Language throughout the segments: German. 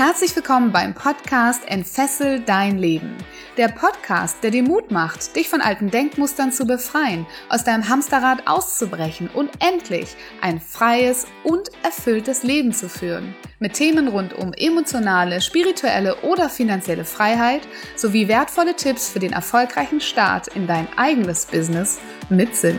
Herzlich willkommen beim Podcast Entfessel dein Leben. Der Podcast, der dir Mut macht, dich von alten Denkmustern zu befreien, aus deinem Hamsterrad auszubrechen und endlich ein freies und erfülltes Leben zu führen. Mit Themen rund um emotionale, spirituelle oder finanzielle Freiheit sowie wertvolle Tipps für den erfolgreichen Start in dein eigenes Business mit Sinn.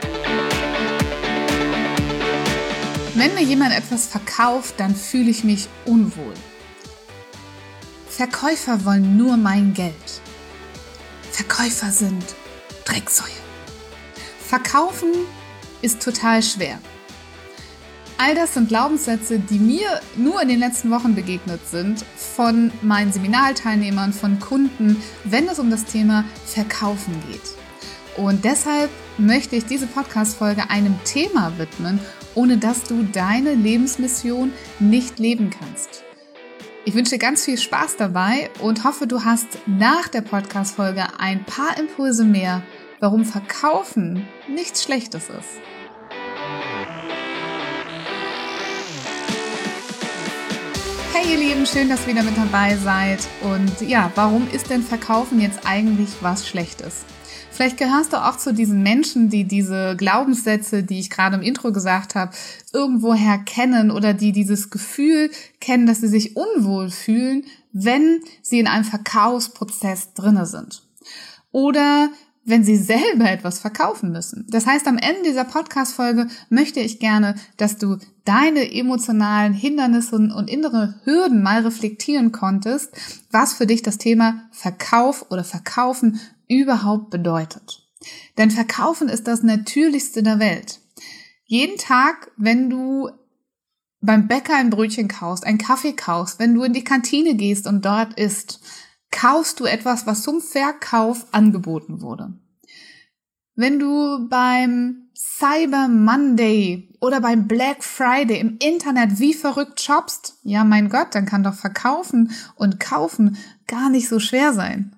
Wenn mir jemand etwas verkauft, dann fühle ich mich unwohl. Verkäufer wollen nur mein Geld. Verkäufer sind Drecksäue. Verkaufen ist total schwer. All das sind Glaubenssätze, die mir nur in den letzten Wochen begegnet sind, von meinen Seminarteilnehmern, von Kunden, wenn es um das Thema Verkaufen geht. Und deshalb möchte ich diese Podcast-Folge einem Thema widmen, ohne dass du deine Lebensmission nicht leben kannst. Ich wünsche dir ganz viel Spaß dabei und hoffe, du hast nach der Podcast-Folge ein paar Impulse mehr, warum Verkaufen nichts Schlechtes ist. Hey ihr Lieben, schön, dass ihr wieder mit dabei seid. Und ja, warum ist denn Verkaufen jetzt eigentlich was Schlechtes? Vielleicht gehörst du auch zu diesen Menschen, die diese Glaubenssätze, die ich gerade im Intro gesagt habe, irgendwoher kennen oder die dieses Gefühl kennen, dass sie sich unwohl fühlen, wenn sie in einem Verkaufsprozess drinne sind. Oder wenn sie selber etwas verkaufen müssen. Das heißt, am Ende dieser Podcast-Folge möchte ich gerne, dass du deine emotionalen Hindernisse und innere Hürden mal reflektieren konntest, was für dich das Thema Verkauf oder Verkaufen überhaupt bedeutet. Denn Verkaufen ist das Natürlichste der Welt. Jeden Tag, wenn du beim Bäcker ein Brötchen kaufst, einen Kaffee kaufst, wenn du in die Kantine gehst und dort isst, kaufst du etwas, was zum Verkauf angeboten wurde. Wenn du beim Cyber Monday oder beim Black Friday im Internet wie verrückt shoppst, ja mein Gott, dann kann doch Verkaufen und Kaufen gar nicht so schwer sein.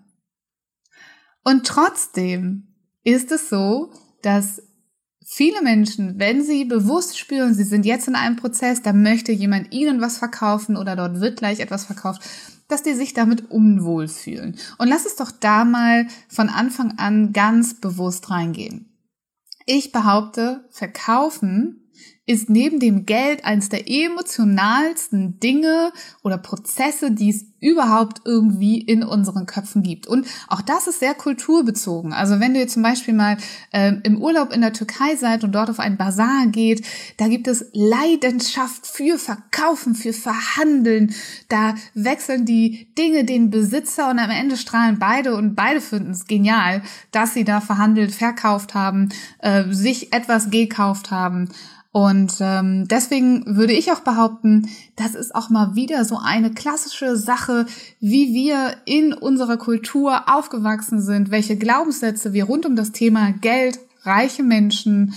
Und trotzdem ist es so, dass viele Menschen, wenn sie bewusst spüren, sie sind jetzt in einem Prozess, da möchte jemand ihnen was verkaufen oder dort wird gleich etwas verkauft, dass die sich damit unwohl fühlen. Und lass es doch da mal von Anfang an ganz bewusst reingehen. Ich behaupte, Verkaufen ist neben dem Geld eines der emotionalsten Dinge oder Prozesse, die es überhaupt irgendwie in unseren Köpfen gibt. Und auch das ist sehr kulturbezogen. Also wenn du jetzt zum Beispiel mal im Urlaub in der Türkei seid und dort auf einen Basar geht, da gibt es Leidenschaft für Verkaufen, für Verhandeln. Da wechseln die Dinge den Besitzer und am Ende strahlen beide und beide finden es genial, dass sie da verhandelt, verkauft haben, sich etwas gekauft haben. Und deswegen würde ich auch behaupten, das ist auch mal wieder so eine klassische Sache, wie wir in unserer Kultur aufgewachsen sind, welche Glaubenssätze wir rund um das Thema Geld, reiche Menschen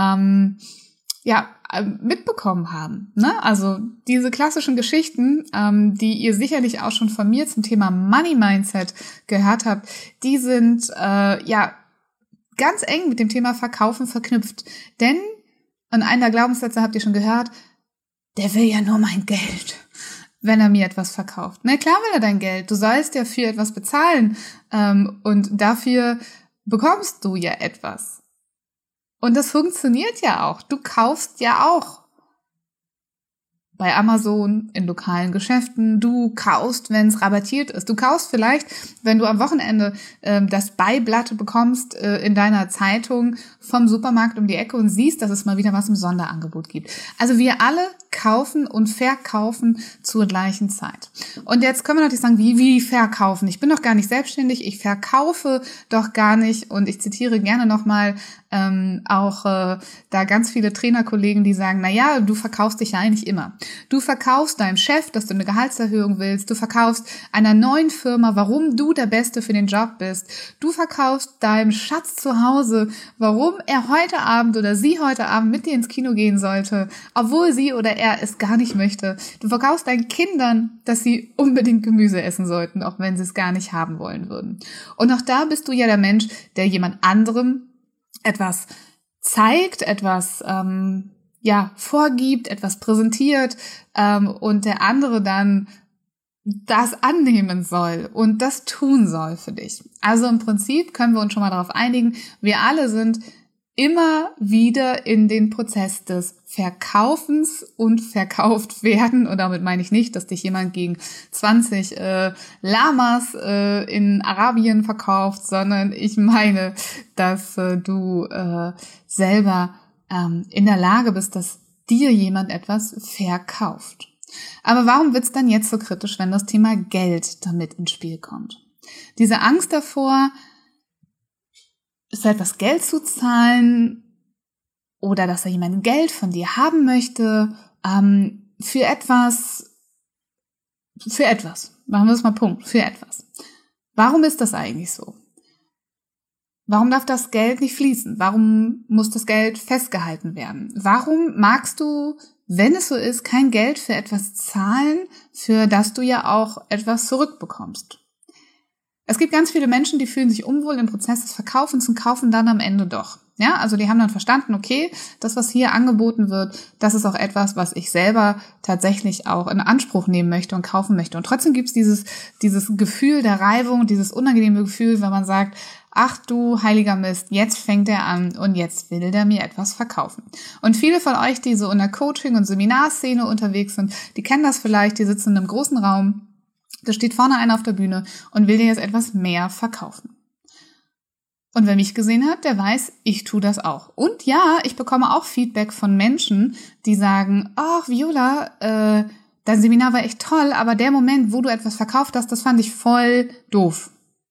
mitbekommen haben. Ne? Also diese klassischen Geschichten, die ihr sicherlich auch schon von mir zum Thema Money Mindset gehört habt, die sind ganz eng mit dem Thema Verkaufen verknüpft. Denn und einen der Glaubenssätze habt ihr schon gehört, der will ja nur mein Geld, wenn er mir etwas verkauft. Na klar will er dein Geld, du sollst ja für etwas bezahlen und dafür bekommst du ja etwas. Und das funktioniert ja auch, du kaufst ja auch bei Amazon, in lokalen Geschäften, du kaufst, wenn es rabattiert ist. Du kaufst vielleicht, wenn du am Wochenende das Beiblatt bekommst in deiner Zeitung vom Supermarkt um die Ecke und siehst, dass es mal wieder was im Sonderangebot gibt. Also wir alle kaufen und verkaufen zur gleichen Zeit. Und jetzt können wir natürlich sagen, wie verkaufen? Ich bin doch gar nicht selbstständig, ich verkaufe doch gar nicht. Und ich zitiere gerne nochmal da ganz viele Trainerkollegen, die sagen, naja, du verkaufst dich ja eigentlich immer. Du verkaufst deinem Chef, dass du eine Gehaltserhöhung willst. Du verkaufst einer neuen Firma, warum du der Beste für den Job bist. Du verkaufst deinem Schatz zu Hause, warum er heute Abend oder sie heute Abend mit dir ins Kino gehen sollte, obwohl sie oder er es gar nicht möchte. Du verkaufst deinen Kindern, dass sie unbedingt Gemüse essen sollten, auch wenn sie es gar nicht haben wollen würden. Und auch da bist du ja der Mensch, der jemand anderem etwas zeigt, etwas vorgibt, etwas präsentiert und der andere dann das annehmen soll und das tun soll für dich. Also im Prinzip können wir uns schon mal darauf einigen, wir alle sind immer wieder in den Prozess des Verkaufens und verkauft werden. Und damit meine ich nicht, dass dich jemand gegen 20 Lamas in Arabien verkauft, sondern ich meine, dass du selber in der Lage bist, dass dir jemand etwas verkauft. Aber warum wird's dann jetzt so kritisch, wenn das Thema Geld damit ins Spiel kommt? Diese Angst davor, für etwas Geld zu zahlen oder dass da jemand Geld von dir haben möchte, für etwas, machen wir es mal Punkt, für etwas. Warum ist das eigentlich so? Warum darf das Geld nicht fließen? Warum muss das Geld festgehalten werden? Warum magst du, wenn es so ist, kein Geld für etwas zahlen, für das du ja auch etwas zurückbekommst? Es gibt ganz viele Menschen, die fühlen sich unwohl im Prozess des Verkaufens und kaufen dann am Ende doch. Ja, also die haben dann verstanden, okay, das, was hier angeboten wird, das ist auch etwas, was ich selber tatsächlich auch in Anspruch nehmen möchte und kaufen möchte. Und trotzdem gibt es dieses Gefühl der Reibung, dieses unangenehme Gefühl, wenn man sagt, ach du heiliger Mist, jetzt fängt er an und jetzt will der mir etwas verkaufen. Und viele von euch, die so in der Coaching- und Seminarszene unterwegs sind, die kennen das vielleicht, die sitzen in einem großen Raum, da steht vorne einer auf der Bühne und will dir jetzt etwas mehr verkaufen. Und wer mich gesehen hat, der weiß, ich tue das auch. Und ja, ich bekomme auch Feedback von Menschen, die sagen, ach Viola, dein Seminar war echt toll, aber der Moment, wo du etwas verkauft hast, das fand ich voll doof.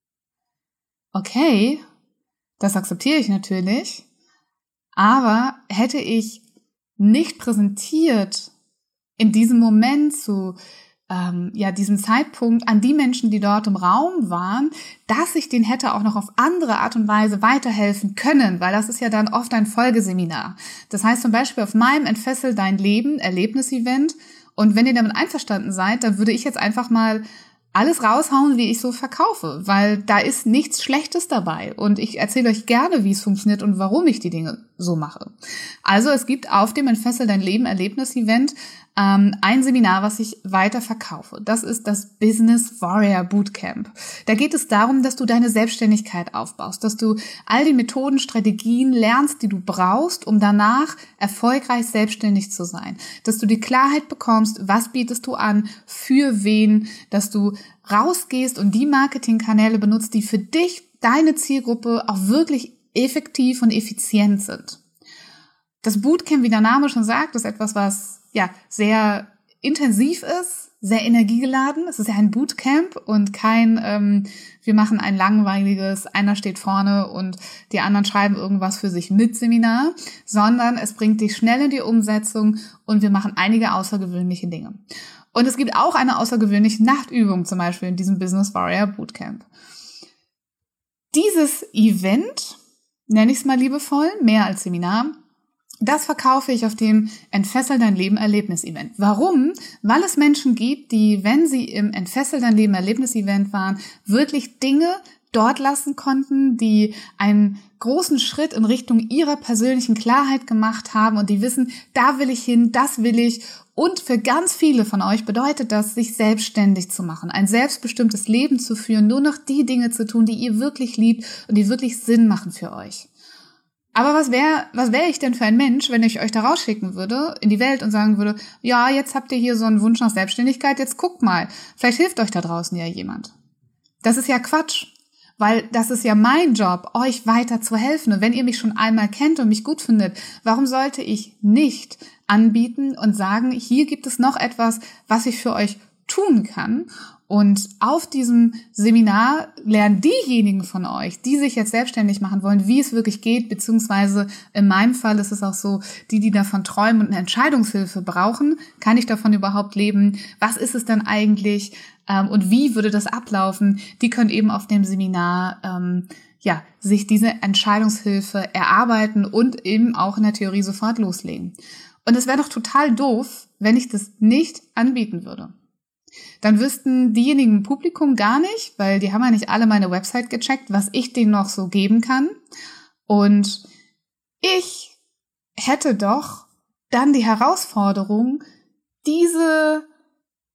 Okay, das akzeptiere ich natürlich, aber hätte ich nicht präsentiert, in diesem Moment zu diesem Zeitpunkt an die Menschen, die dort im Raum waren, dass ich denen hätte auch noch auf andere Art und Weise weiterhelfen können, weil das ist ja dann oft ein Folgeseminar. Das heißt zum Beispiel auf meinem Entfessel dein Leben Erlebnisevent, und wenn ihr damit einverstanden seid, dann würde ich jetzt einfach mal alles raushauen, wie ich so verkaufe, weil da ist nichts Schlechtes dabei und ich erzähle euch gerne, wie es funktioniert und warum ich die Dinge so mache. Also es gibt auf dem Entfessel dein Leben Erlebnis-Event ein Seminar, was ich weiter verkaufe. Das ist das Business Warrior Bootcamp. Da geht es darum, dass du deine Selbstständigkeit aufbaust, dass du all die Methoden, Strategien lernst, die du brauchst, um danach erfolgreich selbstständig zu sein. Dass du die Klarheit bekommst, was bietest du an, für wen, dass du rausgehst und die Marketingkanäle benutzt, die für dich, deine Zielgruppe auch wirklich effektiv und effizient sind. Das Bootcamp, wie der Name schon sagt, ist etwas, was sehr intensiv ist, sehr energiegeladen. Es ist ja ein Bootcamp und kein, wir machen ein langweiliges, einer steht vorne und die anderen schreiben irgendwas für sich mit Seminar, sondern es bringt dich schnell in die Umsetzung und wir machen einige außergewöhnliche Dinge. Und es gibt auch eine außergewöhnliche Nachtübung, zum Beispiel in diesem Business Warrior Bootcamp. Dieses Event, nenne ich es mal liebevoll, mehr als Seminar, das verkaufe ich auf dem Entfessel dein Leben Erlebnis-Event. Warum? Weil es Menschen gibt, die, wenn sie im Entfessel dein Leben Erlebnis-Event waren, wirklich Dinge dort lassen konnten, die einen großen Schritt in Richtung ihrer persönlichen Klarheit gemacht haben und die wissen, da will ich hin, das will ich. Und für ganz viele von euch bedeutet das, sich selbstständig zu machen, ein selbstbestimmtes Leben zu führen, nur noch die Dinge zu tun, die ihr wirklich liebt und die wirklich Sinn machen für euch. Aber was wär ich denn für ein Mensch, wenn ich euch da rausschicken würde in die Welt und sagen würde, ja, jetzt habt ihr hier so einen Wunsch nach Selbstständigkeit, jetzt guckt mal, vielleicht hilft euch da draußen ja jemand. Das ist ja Quatsch, weil das ist ja mein Job, euch weiter zu helfen. Und wenn ihr mich schon einmal kennt und mich gut findet, warum sollte ich nicht anbieten und sagen, hier gibt es noch etwas, was ich für euch tun kann? Und auf diesem Seminar lernen diejenigen von euch, die sich jetzt selbstständig machen wollen, wie es wirklich geht, beziehungsweise in meinem Fall ist es auch so, die davon träumen und eine Entscheidungshilfe brauchen, kann ich davon überhaupt leben? Was ist es denn eigentlich? Und wie würde das ablaufen? Die können eben auf dem Seminar sich diese Entscheidungshilfe erarbeiten und eben auch in der Theorie sofort loslegen. Und es wäre doch total doof, wenn ich das nicht anbieten würde. Dann wüssten diejenigen im Publikum gar nicht, weil die haben ja nicht alle meine Website gecheckt, was ich denen noch so geben kann. Und ich hätte doch dann die Herausforderung, diese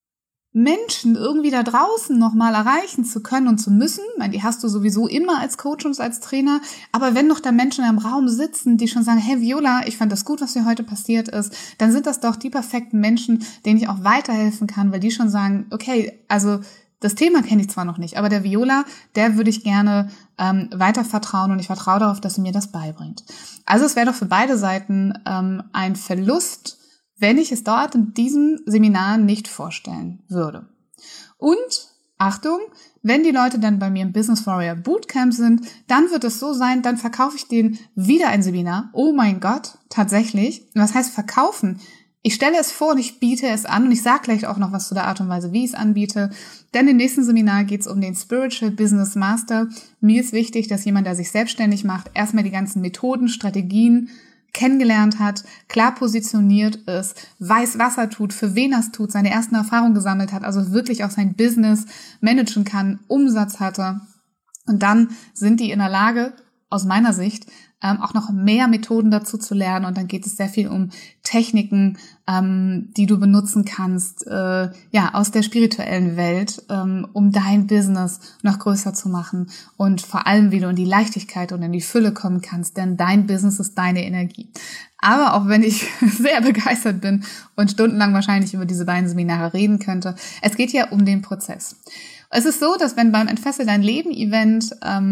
Menschen irgendwie da draußen nochmal erreichen zu können und zu müssen, ich meine, die hast du sowieso immer als Coach und als Trainer, aber wenn noch da Menschen im Raum sitzen, die schon sagen, hey Viola, ich fand das gut, was dir heute passiert ist, dann sind das doch die perfekten Menschen, denen ich auch weiterhelfen kann, weil die schon sagen, okay, also das Thema kenne ich zwar noch nicht, aber der Viola, der würde ich gerne weiter vertrauen und ich vertraue darauf, dass sie mir das beibringt. Also es wäre doch für beide Seiten ein Verlust, wenn ich es dort in diesem Seminar nicht vorstellen würde. Und, Achtung, wenn die Leute dann bei mir im Business Warrior Bootcamp sind, dann wird es so sein, dann verkaufe ich denen wieder ein Seminar. Oh mein Gott, tatsächlich. Was heißt verkaufen? Ich stelle es vor und ich biete es an und ich sage gleich auch noch was zu der Art und Weise, wie ich es anbiete. Denn im nächsten Seminar geht es um den Spiritual Business Master. Mir ist wichtig, dass jemand, der sich selbstständig macht, erstmal die ganzen Methoden, Strategien kennengelernt hat, klar positioniert ist, weiß, was er tut, für wen er es tut, seine ersten Erfahrungen gesammelt hat, also wirklich auch sein Business managen kann, Umsatz hatte. Und dann sind die in der Lage, aus meiner Sicht, auch noch mehr Methoden dazu zu lernen. Und dann geht es sehr viel um Techniken, die du benutzen kannst, aus der spirituellen Welt, um dein Business noch größer zu machen. Und vor allem, wie du in die Leichtigkeit und in die Fülle kommen kannst, denn dein Business ist deine Energie. Aber auch wenn ich sehr begeistert bin und stundenlang wahrscheinlich über diese beiden Seminare reden könnte, es geht ja um den Prozess. Es ist so, dass wenn beim Entfessel dein Leben-Event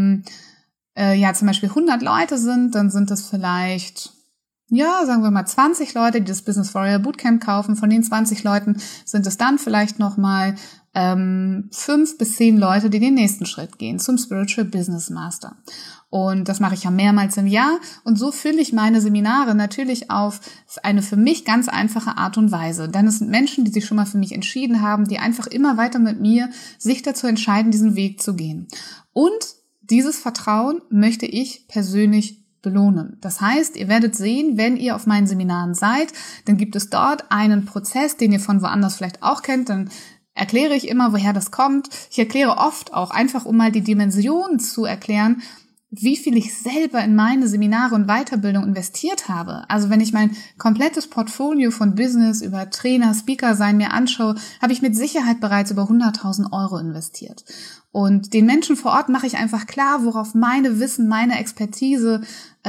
zum Beispiel 100 Leute sind, dann sind das vielleicht, sagen wir mal 20 Leute, die das Business Warrior Bootcamp kaufen. Von den 20 Leuten sind es dann vielleicht nochmal 5 bis 10 Leute, die den nächsten Schritt gehen zum Spiritual Business Master. Und das mache ich ja mehrmals im Jahr. Und so fülle ich meine Seminare natürlich auf eine für mich ganz einfache Art und Weise. Denn es sind Menschen, die sich schon mal für mich entschieden haben, die einfach immer weiter mit mir sich dazu entscheiden, diesen Weg zu gehen. Und dieses Vertrauen möchte ich persönlich belohnen. Das heißt, ihr werdet sehen, wenn ihr auf meinen Seminaren seid, dann gibt es dort einen Prozess, den ihr von woanders vielleicht auch kennt. Dann erkläre ich immer, woher das kommt. Ich erkläre oft auch einfach, um mal die Dimensionen zu erklären, wie viel ich selber in meine Seminare und Weiterbildung investiert habe. Also wenn ich mein komplettes Portfolio von Business über Trainer, Speaker sein mir anschaue, habe ich mit Sicherheit bereits über 100.000 Euro investiert. Und den Menschen vor Ort mache ich einfach klar, worauf meine Wissen, meine Expertise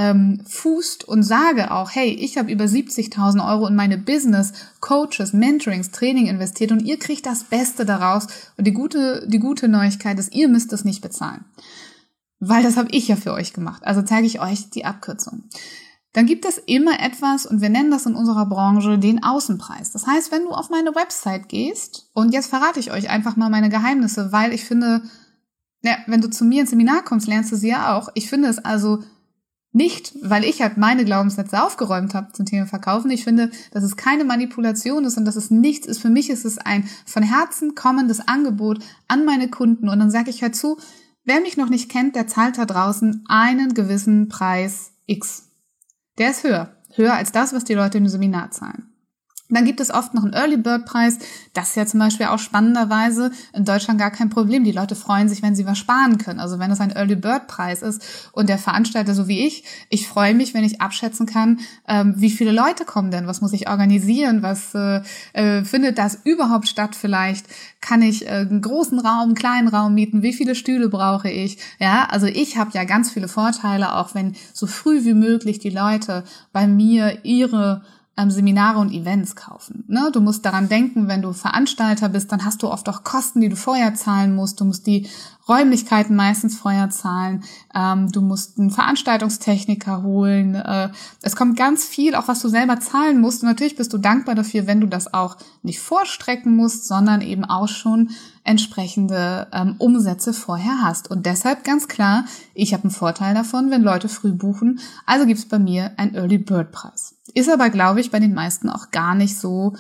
fußt und sage auch, hey, ich habe über 70.000 Euro in meine Business, Coaches, Mentorings, Training investiert und ihr kriegt das Beste daraus. Und die gute Neuigkeit ist, ihr müsst es nicht bezahlen. Weil das habe ich ja für euch gemacht. Also zeige ich euch die Abkürzung. Dann gibt es immer etwas, und wir nennen das in unserer Branche den Außenpreis. Das heißt, wenn du auf meine Website gehst, und jetzt verrate ich euch einfach mal meine Geheimnisse, weil ich finde, wenn du zu mir ins Seminar kommst, lernst du sie ja auch. Ich finde es also nicht, weil ich halt meine Glaubenssätze aufgeräumt habe zum Thema Verkaufen. Ich finde, dass es keine Manipulation ist und dass es nichts ist. Für mich ist es ein von Herzen kommendes Angebot an meine Kunden. Und dann sage ich, hör zu, wer mich noch nicht kennt, der zahlt da draußen einen gewissen Preis X. Der ist höher als das, was die Leute im Seminar zahlen. Dann gibt es oft noch einen Early Bird Preis. Das ist ja zum Beispiel auch spannenderweise in Deutschland gar kein Problem. Die Leute freuen sich, wenn sie was sparen können. Also wenn es ein Early Bird Preis ist und der Veranstalter, so wie ich freue mich, wenn ich abschätzen kann, wie viele Leute kommen denn? Was muss ich organisieren? Was findet das überhaupt statt vielleicht? Kann ich einen großen Raum, einen kleinen Raum mieten? Wie viele Stühle brauche ich? Ja, also ich habe ja ganz viele Vorteile, auch wenn so früh wie möglich die Leute bei mir ihre Seminare und Events kaufen. Ne? Du musst daran denken, wenn du Veranstalter bist, dann hast du oft auch Kosten, die du vorher zahlen musst. Du musst die Räumlichkeiten meistens vorher zahlen. Du musst einen Veranstaltungstechniker holen. Es kommt ganz viel, auch was du selber zahlen musst. Und natürlich bist du dankbar dafür, wenn du das auch nicht vorstrecken musst, sondern eben auch schon entsprechende Umsätze vorher hast. Und deshalb ganz klar, ich habe einen Vorteil davon, wenn Leute früh buchen. Also gibt es bei mir einen Early Bird Preis. Ist aber, glaube ich, bei den meisten auch gar nicht so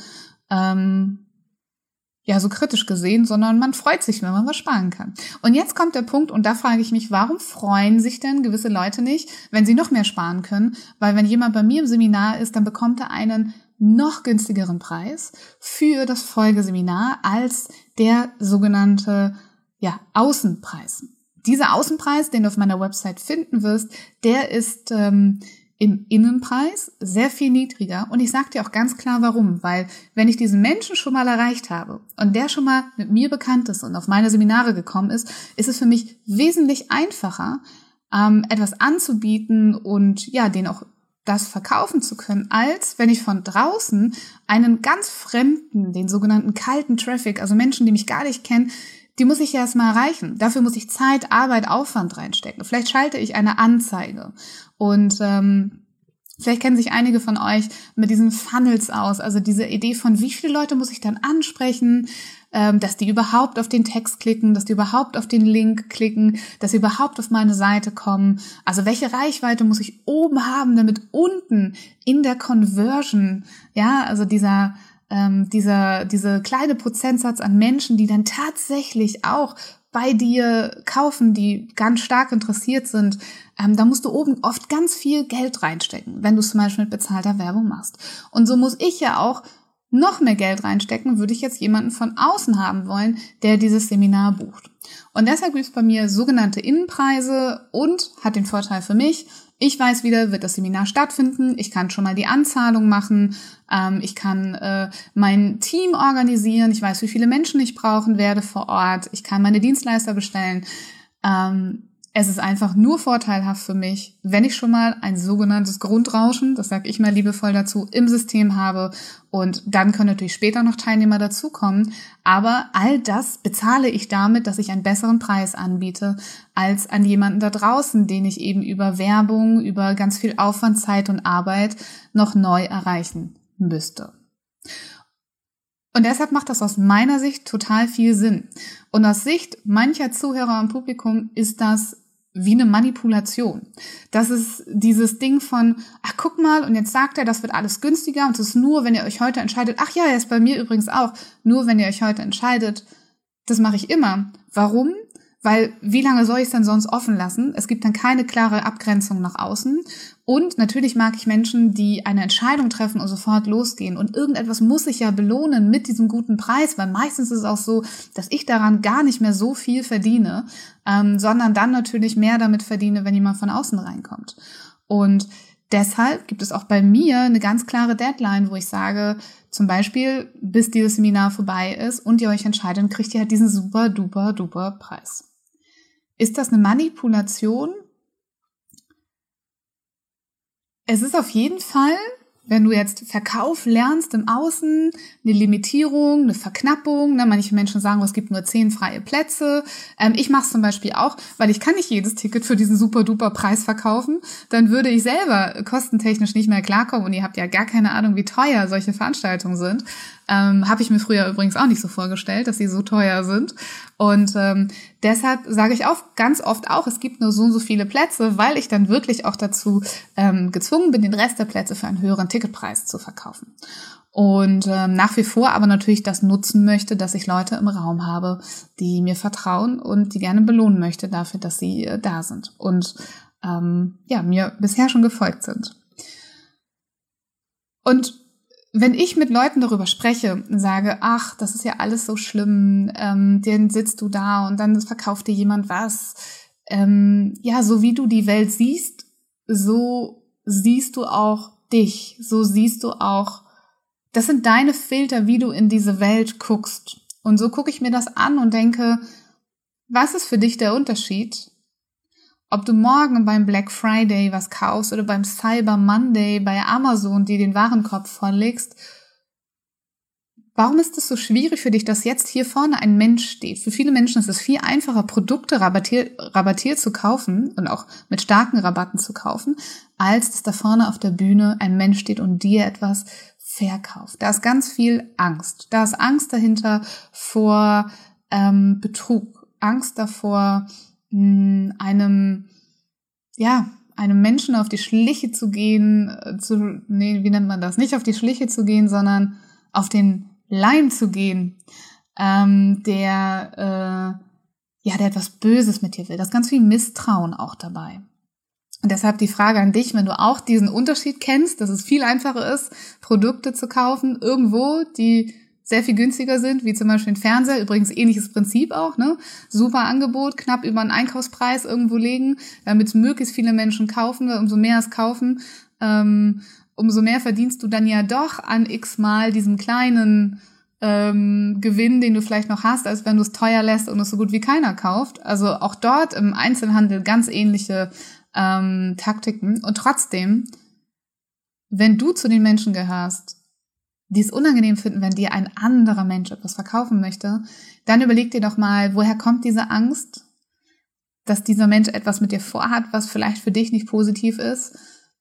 so kritisch gesehen, sondern man freut sich, wenn man was sparen kann. Und jetzt kommt der Punkt, und da frage ich mich, warum freuen sich denn gewisse Leute nicht, wenn sie noch mehr sparen können? Weil wenn jemand bei mir im Seminar ist, dann bekommt er einen noch günstigeren Preis für das Folgeseminar als der sogenannte Außenpreis. Dieser Außenpreis, den du auf meiner Website finden wirst, der ist im Innenpreis sehr viel niedriger. Und ich sage dir auch ganz klar, warum. Weil wenn ich diesen Menschen schon mal erreicht habe und der schon mal mit mir bekannt ist und auf meine Seminare gekommen ist, ist es für mich wesentlich einfacher, etwas anzubieten und ja, den auch das verkaufen zu können, als wenn ich von draußen einen ganz fremden, den sogenannten kalten Traffic, also Menschen, die mich gar nicht kennen, die muss ich ja erstmal erreichen. Dafür muss ich Zeit, Arbeit, Aufwand reinstecken. Vielleicht schalte ich eine Anzeige. Und vielleicht kennen sich einige von euch mit diesen Funnels aus. Also diese Idee von, wie viele Leute muss ich dann ansprechen, dass die überhaupt auf den Text klicken, dass die überhaupt auf den Link klicken, dass sie überhaupt auf meine Seite kommen. Also welche Reichweite muss ich oben haben, damit unten in der Conversion, ja, also dieser kleine Prozentsatz an Menschen, die dann tatsächlich auch bei dir kaufen, die ganz stark interessiert sind, da musst du oben oft ganz viel Geld reinstecken, wenn du es zum Beispiel mit bezahlter Werbung machst. Und so muss ich ja auch noch mehr Geld reinstecken, würde ich jetzt jemanden von außen haben wollen, der dieses Seminar bucht. Und deshalb gibt es bei mir sogenannte Innenpreise und hat den Vorteil für mich, ich weiß wieder, wird das Seminar stattfinden, ich kann schon mal die Anzahlung machen, ich kann mein Team organisieren, ich weiß, wie viele Menschen ich brauchen werde vor Ort, ich kann meine Dienstleister bestellen. Es ist einfach nur vorteilhaft für mich, wenn ich schon mal ein sogenanntes Grundrauschen, das sage ich mal liebevoll dazu, im System habe, und dann können natürlich später noch Teilnehmer dazukommen. Aber all das bezahle ich damit, dass ich einen besseren Preis anbiete als an jemanden da draußen, den ich eben über Werbung, über ganz viel Aufwand, Zeit und Arbeit noch neu erreichen müsste. Und deshalb macht das aus meiner Sicht total viel Sinn. Und aus Sicht mancher Zuhörer im Publikum ist das wie eine Manipulation. Das ist dieses Ding von, ach guck mal, und jetzt sagt er, das wird alles günstiger und es ist nur, wenn ihr euch heute entscheidet, ach ja, er ist bei mir übrigens auch, nur wenn ihr euch heute entscheidet. Das mache ich immer. Warum? Weil wie lange soll ich es denn sonst offen lassen? Es gibt dann keine klare Abgrenzung nach außen. Und natürlich mag ich Menschen, die eine Entscheidung treffen und sofort losgehen. Und irgendetwas muss ich ja belohnen mit diesem guten Preis, weil meistens ist es auch so, dass ich daran gar nicht mehr so viel verdiene, sondern dann natürlich mehr damit verdiene, wenn jemand von außen reinkommt. Und deshalb gibt es auch bei mir eine ganz klare Deadline, wo ich sage, zum Beispiel, bis dieses Seminar vorbei ist und ihr euch entscheidet, dann kriegt ihr halt diesen super, duper, duper Preis. Ist das eine Manipulation? Es ist auf jeden Fall, wenn du jetzt Verkauf lernst im Außen, eine Limitierung, eine Verknappung. Ne? Manche Menschen sagen, es gibt nur 10 freie Plätze. Ich mache es zum Beispiel auch, weil ich kann nicht jedes Ticket für diesen super-duper Preis verkaufen. Dann würde ich selber kostentechnisch nicht mehr klarkommen. Und ihr habt ja gar keine Ahnung, wie teuer solche Veranstaltungen sind. Habe ich mir früher übrigens auch nicht so vorgestellt, dass sie so teuer sind. Und deshalb sage ich auch ganz oft auch, es gibt nur so und so viele Plätze, weil ich dann wirklich auch dazu gezwungen bin, den Rest der Plätze für einen höheren Ticketpreis zu verkaufen. Und nach wie vor aber natürlich das nutzen möchte, dass ich Leute im Raum habe, die mir vertrauen und die gerne belohnen möchte dafür, dass sie da sind und mir bisher schon gefolgt sind. Und wenn ich mit Leuten darüber spreche und sage, ach, das ist ja alles so schlimm, dann sitzt du da und dann verkauft dir jemand was. So wie du die Welt siehst, so siehst du auch dich, so siehst du auch, das sind deine Filter, wie du in diese Welt guckst. Und so gucke ich mir das an und denke, was ist für dich der Unterschied? Ob du morgen beim Black Friday was kaufst oder beim Cyber Monday bei Amazon, die den Warenkorb vorlegst. Warum ist es so schwierig für dich, dass jetzt hier vorne ein Mensch steht? Für viele Menschen ist es viel einfacher, Produkte rabattiert zu kaufen und auch mit starken Rabatten zu kaufen, als dass da vorne auf der Bühne ein Mensch steht und dir etwas verkauft. Da ist ganz viel Angst. Da ist Angst dahinter vor Betrug, Angst davor, einem Menschen auf die Schliche zu gehen, wie nennt man das? Nicht auf die Schliche zu gehen, sondern auf den Leim zu gehen, der etwas Böses mit dir will. Da ist ganz viel Misstrauen auch dabei. Und deshalb die Frage an dich, wenn du auch diesen Unterschied kennst, dass es viel einfacher ist, Produkte zu kaufen, irgendwo, die sehr viel günstiger sind, wie zum Beispiel ein Fernseher, übrigens ähnliches Prinzip auch, ne? Super Angebot, knapp über einen Einkaufspreis irgendwo legen, damit möglichst viele Menschen kaufen, weil umso mehr es kaufen, umso mehr verdienst du dann ja doch an x-mal diesem kleinen Gewinn, den du vielleicht noch hast, als wenn du es teuer lässt und es so gut wie keiner kauft. Also auch dort im Einzelhandel ganz ähnliche Taktiken. Und trotzdem, wenn du zu den Menschen gehörst, die es unangenehm finden, wenn dir ein anderer Mensch etwas verkaufen möchte, dann überleg dir doch mal, woher kommt diese Angst, dass dieser Mensch etwas mit dir vorhat, was vielleicht für dich nicht positiv ist.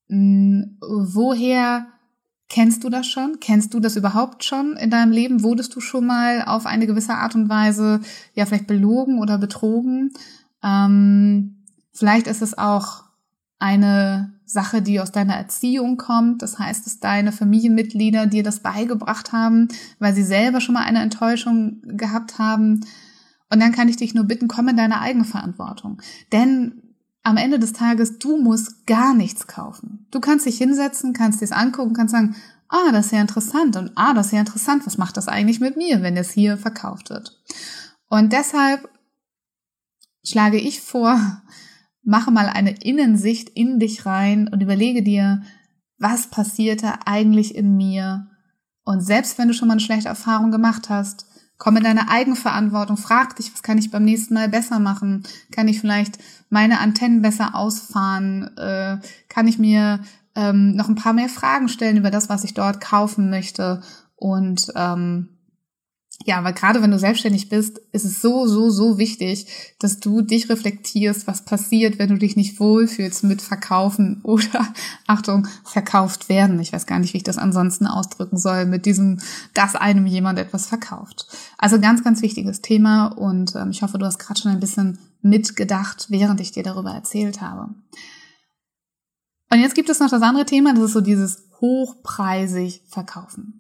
Woher kennst du das schon? Kennst du das überhaupt schon in deinem Leben? Wurdest du schon mal auf eine gewisse Art und Weise ja vielleicht belogen oder betrogen? Vielleicht ist es auch eine Sache, die aus deiner Erziehung kommt. Das heißt, dass deine Familienmitglieder dir das beigebracht haben, weil sie selber schon mal eine Enttäuschung gehabt haben. Und dann kann ich dich nur bitten, komm in deine Eigenverantwortung. Denn am Ende des Tages, du musst gar nichts kaufen. Du kannst dich hinsetzen, kannst dir es angucken, kannst sagen, das ist ja interessant und das ist ja interessant, was macht das eigentlich mit mir, wenn es hier verkauft wird? Und deshalb schlage ich vor, mache mal eine Innensicht in dich rein und überlege dir, was passiert da eigentlich in mir? Und selbst wenn du schon mal eine schlechte Erfahrung gemacht hast, komm in deine Eigenverantwortung, frag dich, was kann ich beim nächsten Mal besser machen? Kann ich vielleicht meine Antennen besser ausfahren? Kann ich mir noch ein paar mehr Fragen stellen über das, was ich dort kaufen möchte? Und weil gerade wenn du selbstständig bist, ist es so wichtig, dass du dich reflektierst, was passiert, wenn du dich nicht wohlfühlst mit Verkaufen oder, Achtung, verkauft werden. Ich weiß gar nicht, wie ich das ansonsten ausdrücken soll, mit diesem, dass einem jemand etwas verkauft. Also ganz, ganz wichtiges Thema und ich hoffe, du hast gerade schon ein bisschen mitgedacht, während ich dir darüber erzählt habe. Und jetzt gibt es noch das andere Thema, das ist so dieses hochpreisig verkaufen.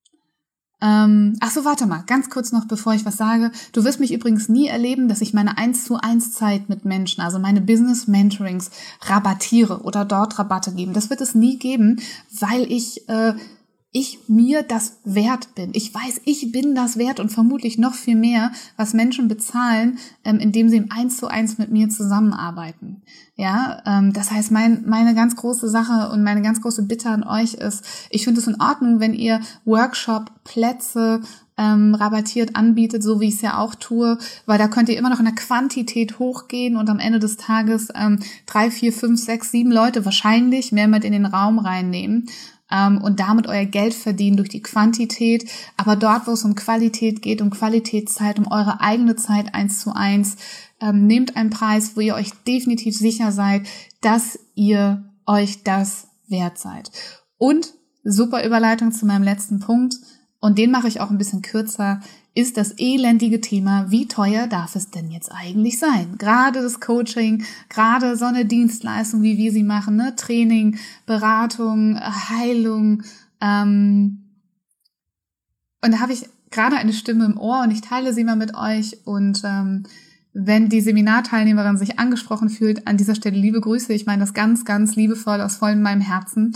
Warte mal, ganz kurz noch, bevor ich was sage. Du wirst mich übrigens nie erleben, dass ich meine 1:1 Zeit mit Menschen, also meine Business Mentorings, rabattiere oder dort Rabatte geben. Das wird es nie geben, weil ich mir das wert bin. Ich weiß, ich bin das wert und vermutlich noch viel mehr, was Menschen bezahlen, indem sie im 1:1 mit mir zusammenarbeiten. Ja, das heißt, meine ganz große Sache und meine ganz große Bitte an euch ist, ich finde es in Ordnung, wenn ihr Workshop-Plätze rabattiert anbietet, so wie ich es ja auch tue, weil da könnt ihr immer noch in der Quantität hochgehen und am Ende des Tages 3, 4, 5, 6, 7 Leute wahrscheinlich mehr mit in den Raum reinnehmen. Und damit euer Geld verdienen durch die Quantität. Aber dort, wo es um Qualität geht, um Qualitätszeit, um eure eigene Zeit 1:1, nehmt einen Preis, wo ihr euch definitiv sicher seid, dass ihr euch das wert seid. Und super Überleitung zu meinem letzten Punkt, und den mache ich auch ein bisschen kürzer, ist das elendige Thema, wie teuer darf es denn jetzt eigentlich sein? Gerade das Coaching, gerade so eine Dienstleistung, wie wir sie machen, ne? Training, Beratung, Heilung. Und da habe ich gerade eine Stimme im Ohr und ich teile sie mal mit euch. Und wenn die Seminarteilnehmerin sich angesprochen fühlt, an dieser Stelle liebe Grüße. Ich meine das ganz, ganz liebevoll aus vollem meinem Herzen.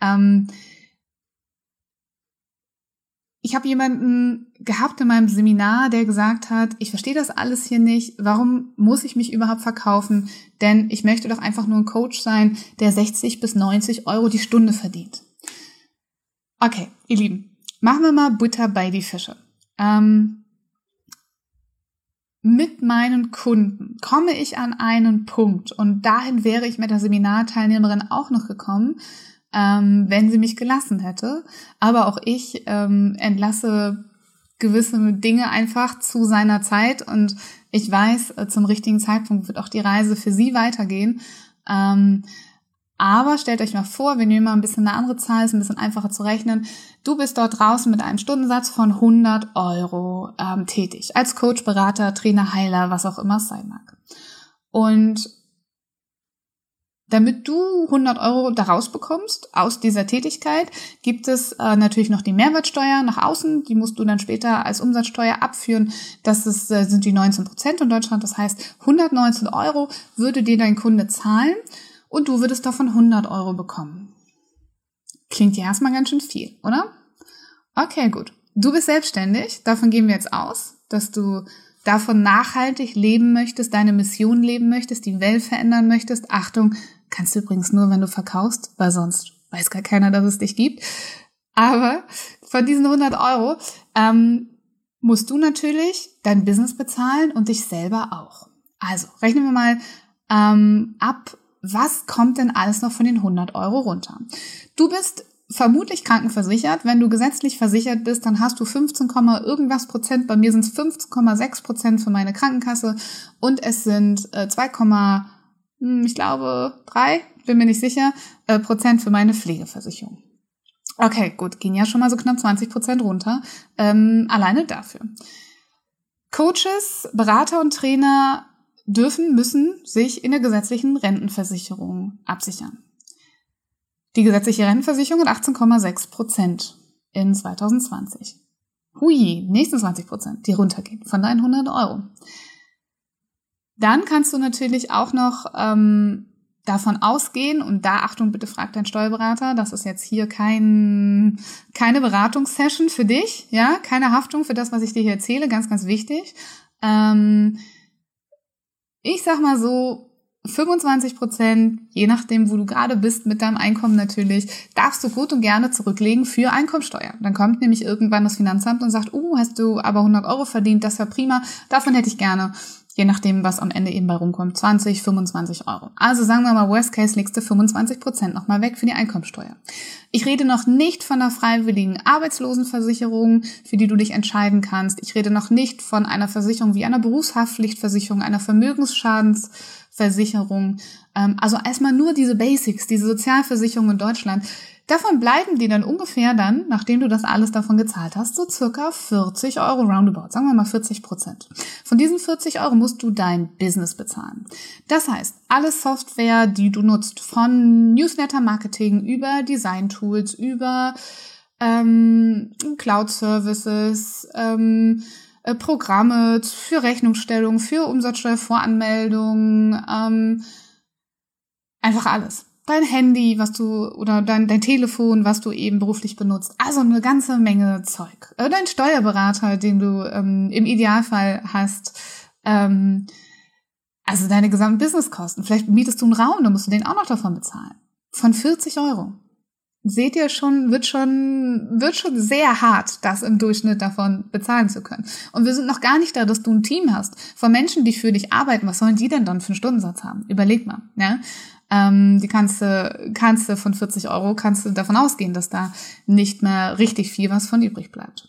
Ich habe jemanden gehabt in meinem Seminar, der gesagt hat, ich verstehe das alles hier nicht, warum muss ich mich überhaupt verkaufen? Denn ich möchte doch einfach nur ein Coach sein, der 60 bis 90 Euro die Stunde verdient. Okay, ihr Lieben, machen wir mal Butter bei die Fische. Mit meinen Kunden komme ich an einen Punkt und dahin wäre ich mit der Seminarteilnehmerin auch noch gekommen, wenn sie mich gelassen hätte. Aber auch ich entlasse gewisse Dinge einfach zu seiner Zeit und ich weiß, zum richtigen Zeitpunkt wird auch die Reise für sie weitergehen. Aber stellt euch mal vor, wir nehmen mal ein bisschen eine andere Zahl, ist ein bisschen einfacher zu rechnen. Du bist dort draußen mit einem Stundensatz von 100 Euro tätig. Als Coach, Berater, Trainer, Heiler, was auch immer es sein mag. Und damit du 100 Euro da rausbekommst aus dieser Tätigkeit, gibt es natürlich noch die Mehrwertsteuer nach außen. Die musst du dann später als Umsatzsteuer abführen. Das sind die 19% in Deutschland. Das heißt, 119 Euro würde dir dein Kunde zahlen und du würdest davon 100 Euro bekommen. Klingt ja erstmal ganz schön viel, oder? Okay, gut. Du bist selbstständig. Davon gehen wir jetzt aus, dass du davon nachhaltig leben möchtest, deine Mission leben möchtest, die Welt verändern möchtest. Achtung, kannst du übrigens nur, wenn du verkaufst, weil sonst weiß gar keiner, dass es dich gibt. Aber von diesen 100 Euro musst du natürlich dein Business bezahlen und dich selber auch. Also rechnen wir mal ab, was kommt denn alles noch von den 100 Euro runter? Du bist vermutlich krankenversichert. Wenn du gesetzlich versichert bist, dann hast du 15, irgendwas Prozent. Bei mir sind es 15,6% für meine Krankenkasse und es sind 2, ich glaube 3, bin mir nicht sicher, Prozent für meine Pflegeversicherung. Okay, gut, gehen ja schon mal so knapp 20% runter, alleine dafür. Coaches, Berater und Trainer müssen sich in der gesetzlichen Rentenversicherung absichern. Die gesetzliche Rentenversicherung hat 18,6% in 2020. Hui, nächsten 20%, die runtergehen von deinen 100 Euro. Dann kannst du natürlich auch noch davon ausgehen, und da, Achtung, bitte frag deinen Steuerberater, das ist jetzt hier keine Beratungssession für dich, ja, keine Haftung für das, was ich dir hier erzähle, ganz, ganz wichtig. Ich sag mal so, 25%, je nachdem, wo du gerade bist mit deinem Einkommen natürlich, darfst du gut und gerne zurücklegen für Einkommensteuer. Dann kommt nämlich irgendwann das Finanzamt und sagt, hast du aber 100 Euro verdient, das wäre prima, davon hätte ich gerne, je nachdem, was am Ende eben bei rumkommt, 20, 25 Euro. Also sagen wir mal, Worst Case legst du 25% nochmal weg für die Einkommensteuer. Ich rede noch nicht von einer freiwilligen Arbeitslosenversicherung, für die du dich entscheiden kannst. Ich rede noch nicht von einer Versicherung wie einer Berufshaftpflichtversicherung, einer Vermögensschadensversicherung. Also erstmal nur diese Basics, diese Sozialversicherung in Deutschland. Davon bleiben die dann ungefähr dann, nachdem du das alles davon gezahlt hast, so circa 40 Euro roundabout, sagen wir mal 40%. Von diesen 40 Euro musst du dein Business bezahlen. Das heißt, alle Software, die du nutzt, von Newsletter-Marketing über Design-Tools, über Cloud-Services, Programme für Rechnungsstellung, für Umsatzsteuervoranmeldung, einfach alles. Dein Handy, oder dein Telefon, was du eben beruflich benutzt. Also eine ganze Menge Zeug. Dein Steuerberater, den du im Idealfall hast. Also deine gesamten Businesskosten. Vielleicht mietest du einen Raum, dann musst du den auch noch davon bezahlen. Von 40 Euro. Seht ihr schon, wird schon sehr hart, das im Durchschnitt davon bezahlen zu können. Und wir sind noch gar nicht da, dass du ein Team hast von Menschen, die für dich arbeiten. Was sollen die denn dann für einen Stundensatz haben? Überleg mal, ja. Die kannst du von 40 Euro, kannst du davon ausgehen, dass da nicht mehr richtig viel was von übrig bleibt.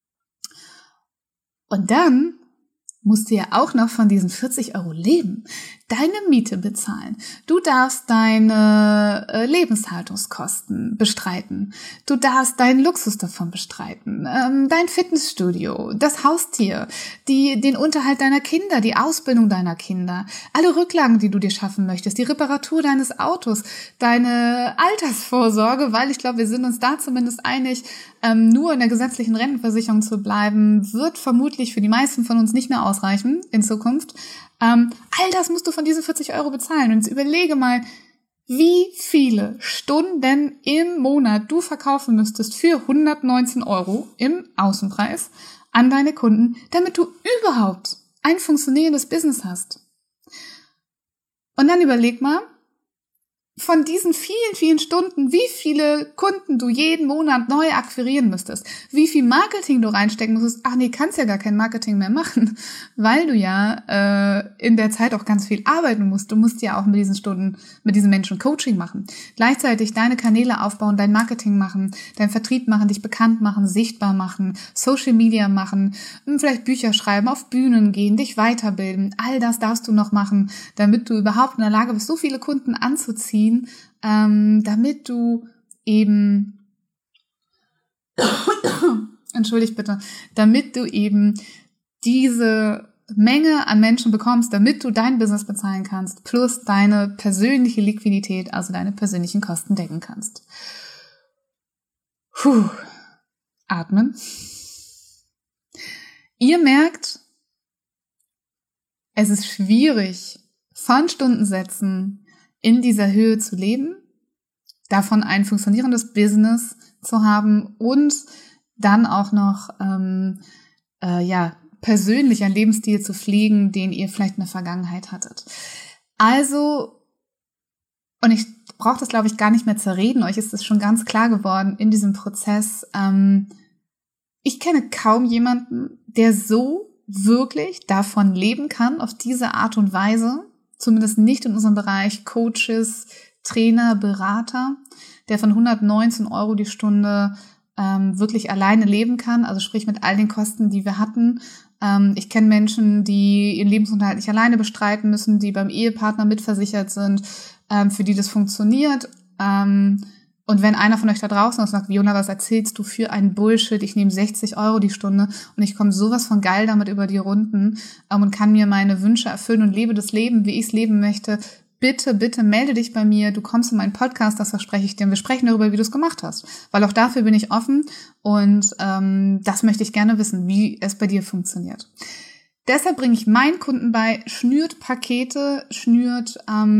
Und dann musst du ja auch noch von diesen 40 Euro leben, deine Miete bezahlen. Du darfst deine Lebenshaltungskosten bestreiten. Du darfst deinen Luxus davon bestreiten. Dein Fitnessstudio, das Haustier, den Unterhalt deiner Kinder, die Ausbildung deiner Kinder, alle Rücklagen, die du dir schaffen möchtest, die Reparatur deines Autos, deine Altersvorsorge, weil ich glaube, wir sind uns da zumindest einig, nur in der gesetzlichen Rentenversicherung zu bleiben, wird vermutlich für die meisten von uns nicht mehr ausreichen in Zukunft. All das musst du von diesen 40 Euro bezahlen. Und jetzt überlege mal, wie viele Stunden im Monat du verkaufen müsstest für 119 Euro im Außenpreis an deine Kunden, damit du überhaupt ein funktionierendes Business hast. Und dann überleg mal, von diesen vielen, vielen Stunden, wie viele Kunden du jeden Monat neu akquirieren müsstest, wie viel Marketing du reinstecken müsstest. Ach nee, kannst ja gar kein Marketing mehr machen, weil du ja in der Zeit auch ganz viel arbeiten musst. Du musst ja auch mit diesen Stunden, mit diesen Menschen Coaching machen. Gleichzeitig deine Kanäle aufbauen, dein Marketing machen, dein Vertrieb machen, dich bekannt machen, sichtbar machen, Social Media machen, vielleicht Bücher schreiben, auf Bühnen gehen, dich weiterbilden. All das darfst du noch machen, damit du überhaupt in der Lage bist, so viele Kunden anzuziehen, damit du eben, entschuldigt bitte, damit du eben diese Menge an Menschen bekommst, damit du dein Business bezahlen kannst, plus deine persönliche Liquidität, also deine persönlichen Kosten decken kannst. Atmen. Ihr merkt, es ist schwierig, von Stundensätzen in dieser Höhe zu leben, davon ein funktionierendes Business zu haben und dann auch noch persönlich einen Lebensstil zu pflegen, den ihr vielleicht in der Vergangenheit hattet. Also, und ich brauche das, glaube ich, gar nicht mehr zerreden. Euch ist es schon ganz klar geworden in diesem Prozess. Ich kenne kaum jemanden, der so wirklich davon leben kann, auf diese Art und Weise, zumindest nicht in unserem Bereich Coaches, Trainer, Berater, der von 119 € die Stunde wirklich alleine leben kann, also sprich mit all den Kosten, die wir hatten. Ich kenne Menschen, die ihren Lebensunterhalt nicht alleine bestreiten müssen, die beim Ehepartner mitversichert sind, für die das funktioniert. Und wenn einer von euch da draußen ist und sagt, Viola, was erzählst du für einen Bullshit? Ich nehme 60 € die Stunde und ich komme sowas von geil damit über die Runden und kann mir meine Wünsche erfüllen und lebe das Leben, wie ich es leben möchte. Bitte, bitte melde dich bei mir. Du kommst in meinen Podcast, das verspreche ich dir. Und wir sprechen darüber, wie du es gemacht hast. Weil auch dafür bin ich offen und das möchte ich gerne wissen, wie es bei dir funktioniert. Deshalb bringe ich meinen Kunden bei, schnürt Pakete, schnürt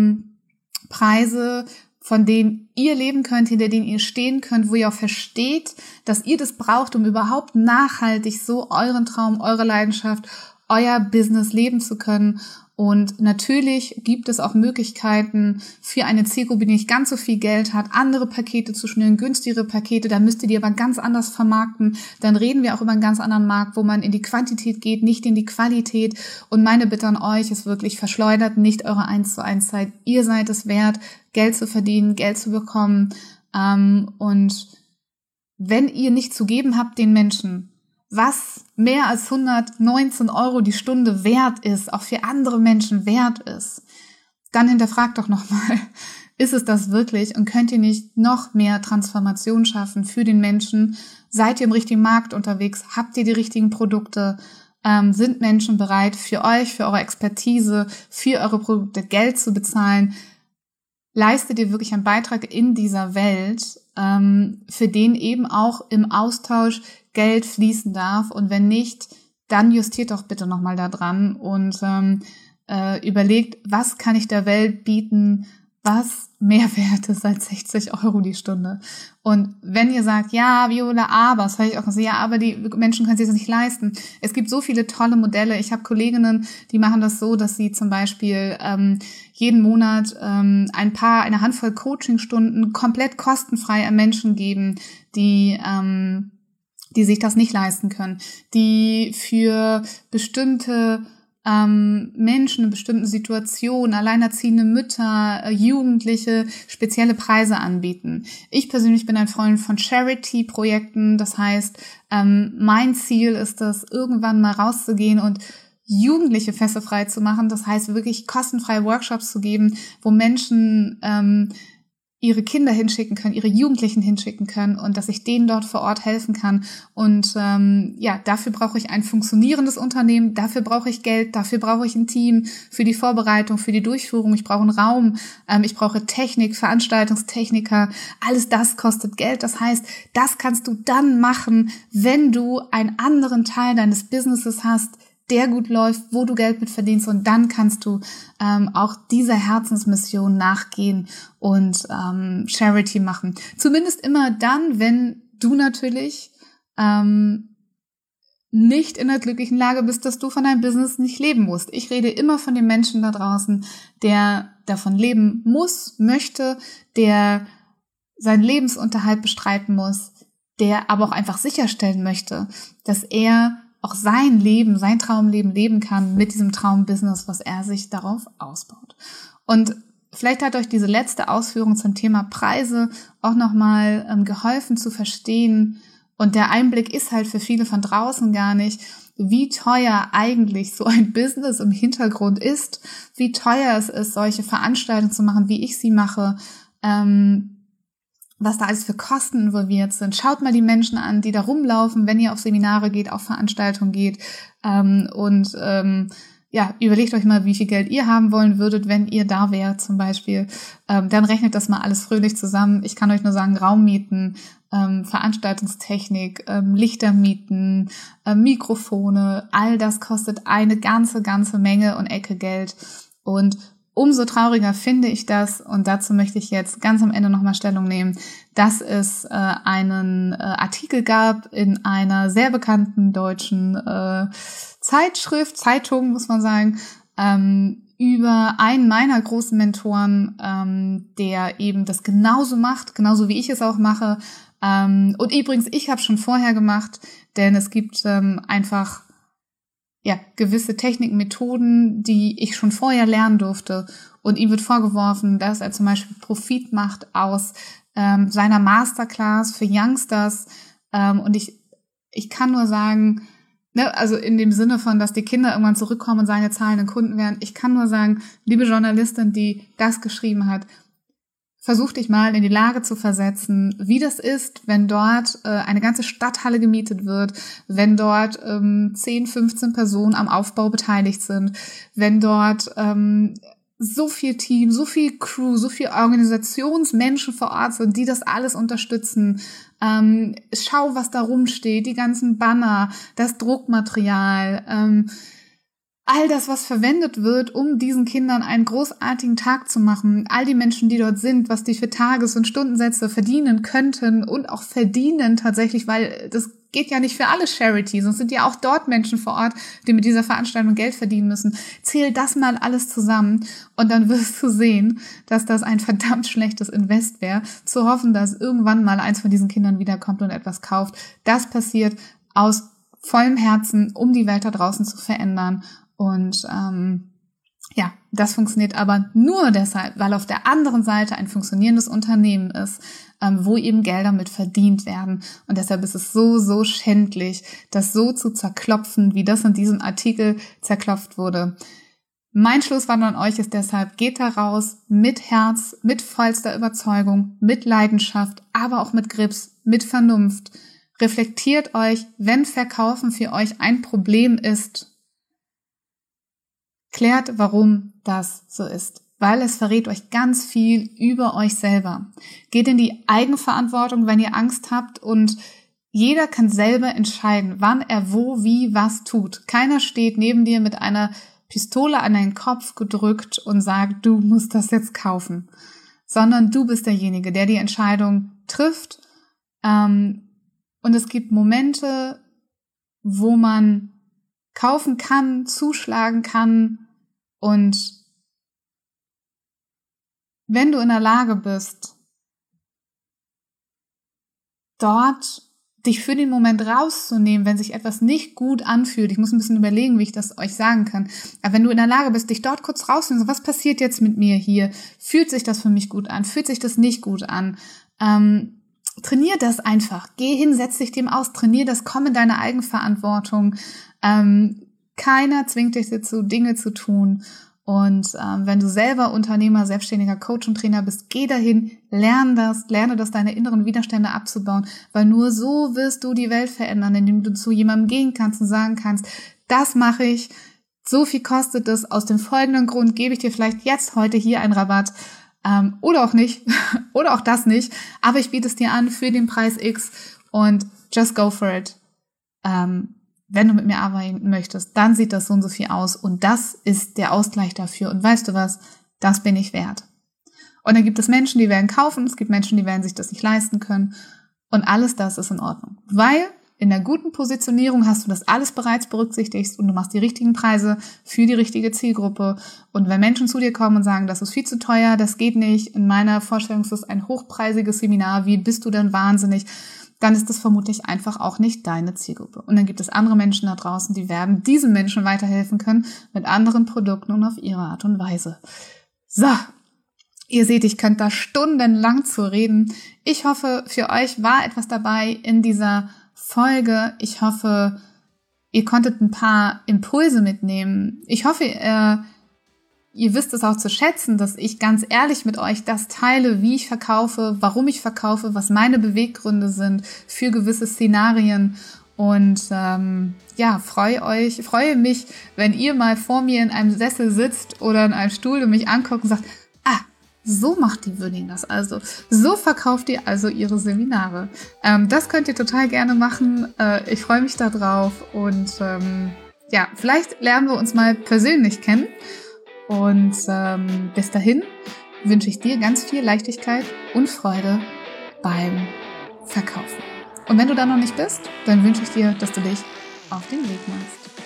Preise, von denen ihr leben könnt, hinter denen ihr stehen könnt, wo ihr auch versteht, dass ihr das braucht, um überhaupt nachhaltig so euren Traum, eure Leidenschaft, euer Business leben zu können. Und natürlich gibt es auch Möglichkeiten für eine Zielgruppe, die nicht ganz so viel Geld hat, andere Pakete zu schnüren, günstigere Pakete. Da müsst ihr die aber ganz anders vermarkten. Dann reden wir auch über einen ganz anderen Markt, wo man in die Quantität geht, nicht in die Qualität. Und meine Bitte an euch ist wirklich, verschleudert nicht eure 1:1 Zeit. Ihr seid es wert, Geld zu verdienen, Geld zu bekommen. Und wenn ihr nicht zu geben habt den Menschen, was mehr als 119 € die Stunde wert ist, auch für andere Menschen wert ist, dann hinterfragt doch nochmal, ist es das wirklich und könnt ihr nicht noch mehr Transformation schaffen für den Menschen? Seid ihr im richtigen Markt unterwegs? Habt ihr die richtigen Produkte? Sind Menschen bereit, für euch, für eure Expertise, für eure Produkte Geld zu bezahlen? Leistet ihr wirklich einen Beitrag in dieser Welt, für den eben auch im Austausch Geld fließen darf? Und wenn nicht, dann justiert doch bitte nochmal da dran und überlegt, was kann ich der Welt bieten, was mehr wert ist als 60 € die Stunde. Und wenn ihr sagt, ja, Viola, aber, das höre ich auch so, ja, aber die Menschen können sich das nicht leisten. Es gibt so viele tolle Modelle. Ich habe Kolleginnen, die machen das so, dass sie zum Beispiel jeden Monat eine Handvoll Coachingstunden komplett kostenfrei an Menschen geben, die sich das nicht leisten können, die für bestimmte Menschen in bestimmten Situationen, alleinerziehende Mütter, Jugendliche spezielle Preise anbieten. Ich persönlich bin ein Freund von Charity-Projekten. Das heißt, mein Ziel ist es, irgendwann mal rauszugehen und Jugendliche fesselfrei zu machen. Das heißt, wirklich kostenfreie Workshops zu geben, wo Menschen ihre Kinder hinschicken können, ihre Jugendlichen hinschicken können und dass ich denen dort vor Ort helfen kann. Und dafür brauche ich ein funktionierendes Unternehmen, dafür brauche ich Geld, dafür brauche ich ein Team für die Vorbereitung, für die Durchführung. Ich brauche einen Raum, ich brauche Technik, Veranstaltungstechniker. Alles das kostet Geld. Das heißt, das kannst du dann machen, wenn du einen anderen Teil deines Businesses hast, der gut läuft, wo du Geld mit verdienst, und dann kannst du auch dieser Herzensmission nachgehen und Charity machen. Zumindest immer dann, wenn du natürlich nicht in der glücklichen Lage bist, dass du von deinem Business nicht leben musst. Ich rede immer von dem Menschen da draußen, der davon leben muss, möchte, der seinen Lebensunterhalt bestreiten muss, der aber auch einfach sicherstellen möchte, dass er auch sein Leben, sein Traumleben leben kann mit diesem Traumbusiness, was er sich darauf ausbaut. Und vielleicht hat euch diese letzte Ausführung zum Thema Preise auch nochmal geholfen zu verstehen. Und der Einblick ist halt für viele von draußen gar nicht, wie teuer eigentlich so ein Business im Hintergrund ist, wie teuer es ist, solche Veranstaltungen zu machen, wie ich sie mache, was da alles für Kosten involviert sind. Schaut mal die Menschen an, die da rumlaufen, wenn ihr auf Seminare geht, auf Veranstaltungen geht. Überlegt euch mal, wie viel Geld ihr haben wollen würdet, wenn ihr da wärt zum Beispiel. Dann rechnet das mal alles fröhlich zusammen. Ich kann euch nur sagen, Raummieten, Veranstaltungstechnik, Lichtermieten, Mikrofone, all das kostet eine ganze Menge und Ecke Geld. Und umso trauriger finde ich das, und dazu möchte ich jetzt ganz am Ende nochmal Stellung nehmen, dass es einen Artikel gab in einer sehr bekannten deutschen Zeitung, muss man sagen, über einen meiner großen Mentoren, der eben das genauso macht, genauso wie ich es auch mache. Und übrigens, ich habe schon vorher gemacht, denn es gibt einfach gewisse Techniken, Methoden, die ich schon vorher lernen durfte. Und ihm wird vorgeworfen, dass er zum Beispiel Profit macht aus seiner Masterclass für Youngsters. Und ich kann nur sagen, also in dem Sinne von, dass die Kinder irgendwann zurückkommen und seine zahlenden Kunden werden. Ich kann nur sagen, liebe Journalistin, die das geschrieben hat, versuch dich mal in die Lage zu versetzen, wie das ist, wenn dort eine ganze Stadthalle gemietet wird, wenn dort 10, 15 Personen am Aufbau beteiligt sind, wenn dort so viel Team, so viel Crew, so viel Organisationsmenschen vor Ort sind, die das alles unterstützen. Schau, was da rumsteht, die ganzen Banner, das Druckmaterial, all das, was verwendet wird, um diesen Kindern einen großartigen Tag zu machen, all die Menschen, die dort sind, was die für Tages- und Stundensätze verdienen könnten und auch verdienen tatsächlich, weil das geht ja nicht für alle Charities, sonst sind ja auch dort Menschen vor Ort, die mit dieser Veranstaltung Geld verdienen müssen. Zähl das mal alles zusammen und dann wirst du sehen, dass das ein verdammt schlechtes Invest wäre, zu hoffen, dass irgendwann mal eins von diesen Kindern wiederkommt und etwas kauft. Das passiert aus vollem Herzen, um die Welt da draußen zu verändern. Und das funktioniert aber nur deshalb, weil auf der anderen Seite ein funktionierendes Unternehmen ist, wo eben Gelder mit verdient werden. Und deshalb ist es so, so schändlich, das so zu zerklopfen, wie das in diesem Artikel zerklopft wurde. Mein Schlusswort an euch ist deshalb, geht da raus mit Herz, mit vollster Überzeugung, mit Leidenschaft, aber auch mit Grips, mit Vernunft. Reflektiert euch, wenn Verkaufen für euch ein Problem ist. Klärt, warum das so ist, weil es verrät euch ganz viel über euch selber. Geht in die Eigenverantwortung, wenn ihr Angst habt, und jeder kann selber entscheiden, wann er wo, wie, was tut. Keiner steht neben dir mit einer Pistole an deinen Kopf gedrückt und sagt, du musst das jetzt kaufen, sondern du bist derjenige, der die Entscheidung trifft. Und es gibt Momente, wo man kaufen kann, zuschlagen kann, und wenn du in der Lage bist, dort dich für den Moment rauszunehmen, wenn sich etwas nicht gut anfühlt, ich muss ein bisschen überlegen, wie ich das euch sagen kann, aber wenn du in der Lage bist, dich dort kurz rauszunehmen, so, was passiert jetzt mit mir hier? Fühlt sich das für mich gut an? Fühlt sich das nicht gut an? Trainier das einfach. Geh hin, setz dich dem aus, trainier das, komm in deine Eigenverantwortung. Keiner zwingt dich dazu, Dinge zu tun. Und wenn du selber Unternehmer, selbstständiger Coach und Trainer bist, geh dahin, lerne das, deine inneren Widerstände abzubauen, weil nur so wirst du die Welt verändern, indem du zu jemandem gehen kannst und sagen kannst, das mache ich, so viel kostet es, aus dem folgenden Grund gebe ich dir vielleicht jetzt heute hier einen Rabatt, oder auch nicht, oder auch das nicht, aber ich biete es dir an für den Preis X und just go for it. Wenn du mit mir arbeiten möchtest, dann sieht das so und so viel aus und das ist der Ausgleich dafür. Und weißt du was? Das bin ich wert. Und dann gibt es Menschen, die werden kaufen, es gibt Menschen, die werden sich das nicht leisten können und alles das ist in Ordnung. Weil in der guten Positionierung hast du das alles bereits berücksichtigt und du machst die richtigen Preise für die richtige Zielgruppe. Und wenn Menschen zu dir kommen und sagen, das ist viel zu teuer, das geht nicht, in meiner Vorstellung ist das ein hochpreisiges Seminar, wie bist du denn wahnsinnig? Dann ist das vermutlich einfach auch nicht deine Zielgruppe. Und dann gibt es andere Menschen da draußen, die werden diesen Menschen weiterhelfen können mit anderen Produkten und auf ihre Art und Weise. So, ihr seht, ich könnte da stundenlang zu reden. Ich hoffe, für euch war etwas dabei in dieser Folge. Ich hoffe, ihr konntet ein paar Impulse mitnehmen. Ich hoffe, ihr wisst es auch zu schätzen, dass ich ganz ehrlich mit euch das teile, wie ich verkaufe, warum ich verkaufe, was meine Beweggründe sind für gewisse Szenarien. Und freue mich, wenn ihr mal vor mir in einem Sessel sitzt oder in einem Stuhl und mich anguckt und sagt, so macht die Wöhning das also. So verkauft ihr also ihre Seminare. Das könnt ihr total gerne machen. Ich freue mich da drauf. Und vielleicht lernen wir uns mal persönlich kennen. Und bis dahin wünsche ich dir ganz viel Leichtigkeit und Freude beim Verkaufen. Und wenn du da noch nicht bist, dann wünsche ich dir, dass du dich auf den Weg machst.